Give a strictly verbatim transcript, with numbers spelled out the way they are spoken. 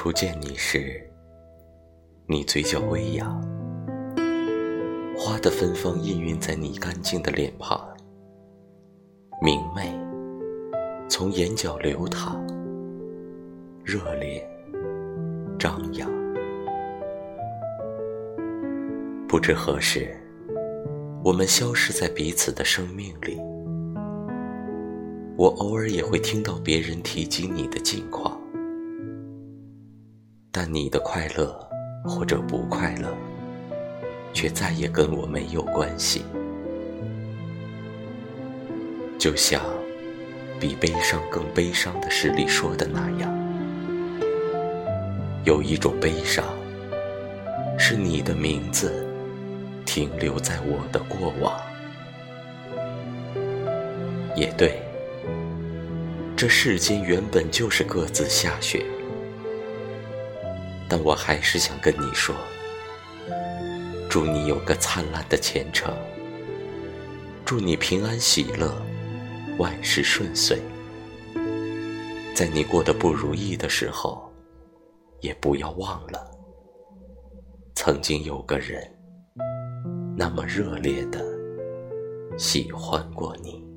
初见你时，你嘴角微扬，花的芬芳氤氲在你干净的脸庞，明媚从眼角流淌，热烈张扬。不知何时，我们消失在彼此的生命里。我偶尔也会听到别人提及你的近况，但你的快乐或者不快乐，却再也跟我没有关系。就像比悲伤更悲伤的诗里说的那样，有一种悲伤，是你的名字停留在我的过往。也对，这世间原本就是各自下雪，但我还是想跟你说，祝你有个灿烂的前程，祝你平安喜乐，万事顺遂。在你过得不如意的时候，也不要忘了，曾经有个人那么热烈地喜欢过你。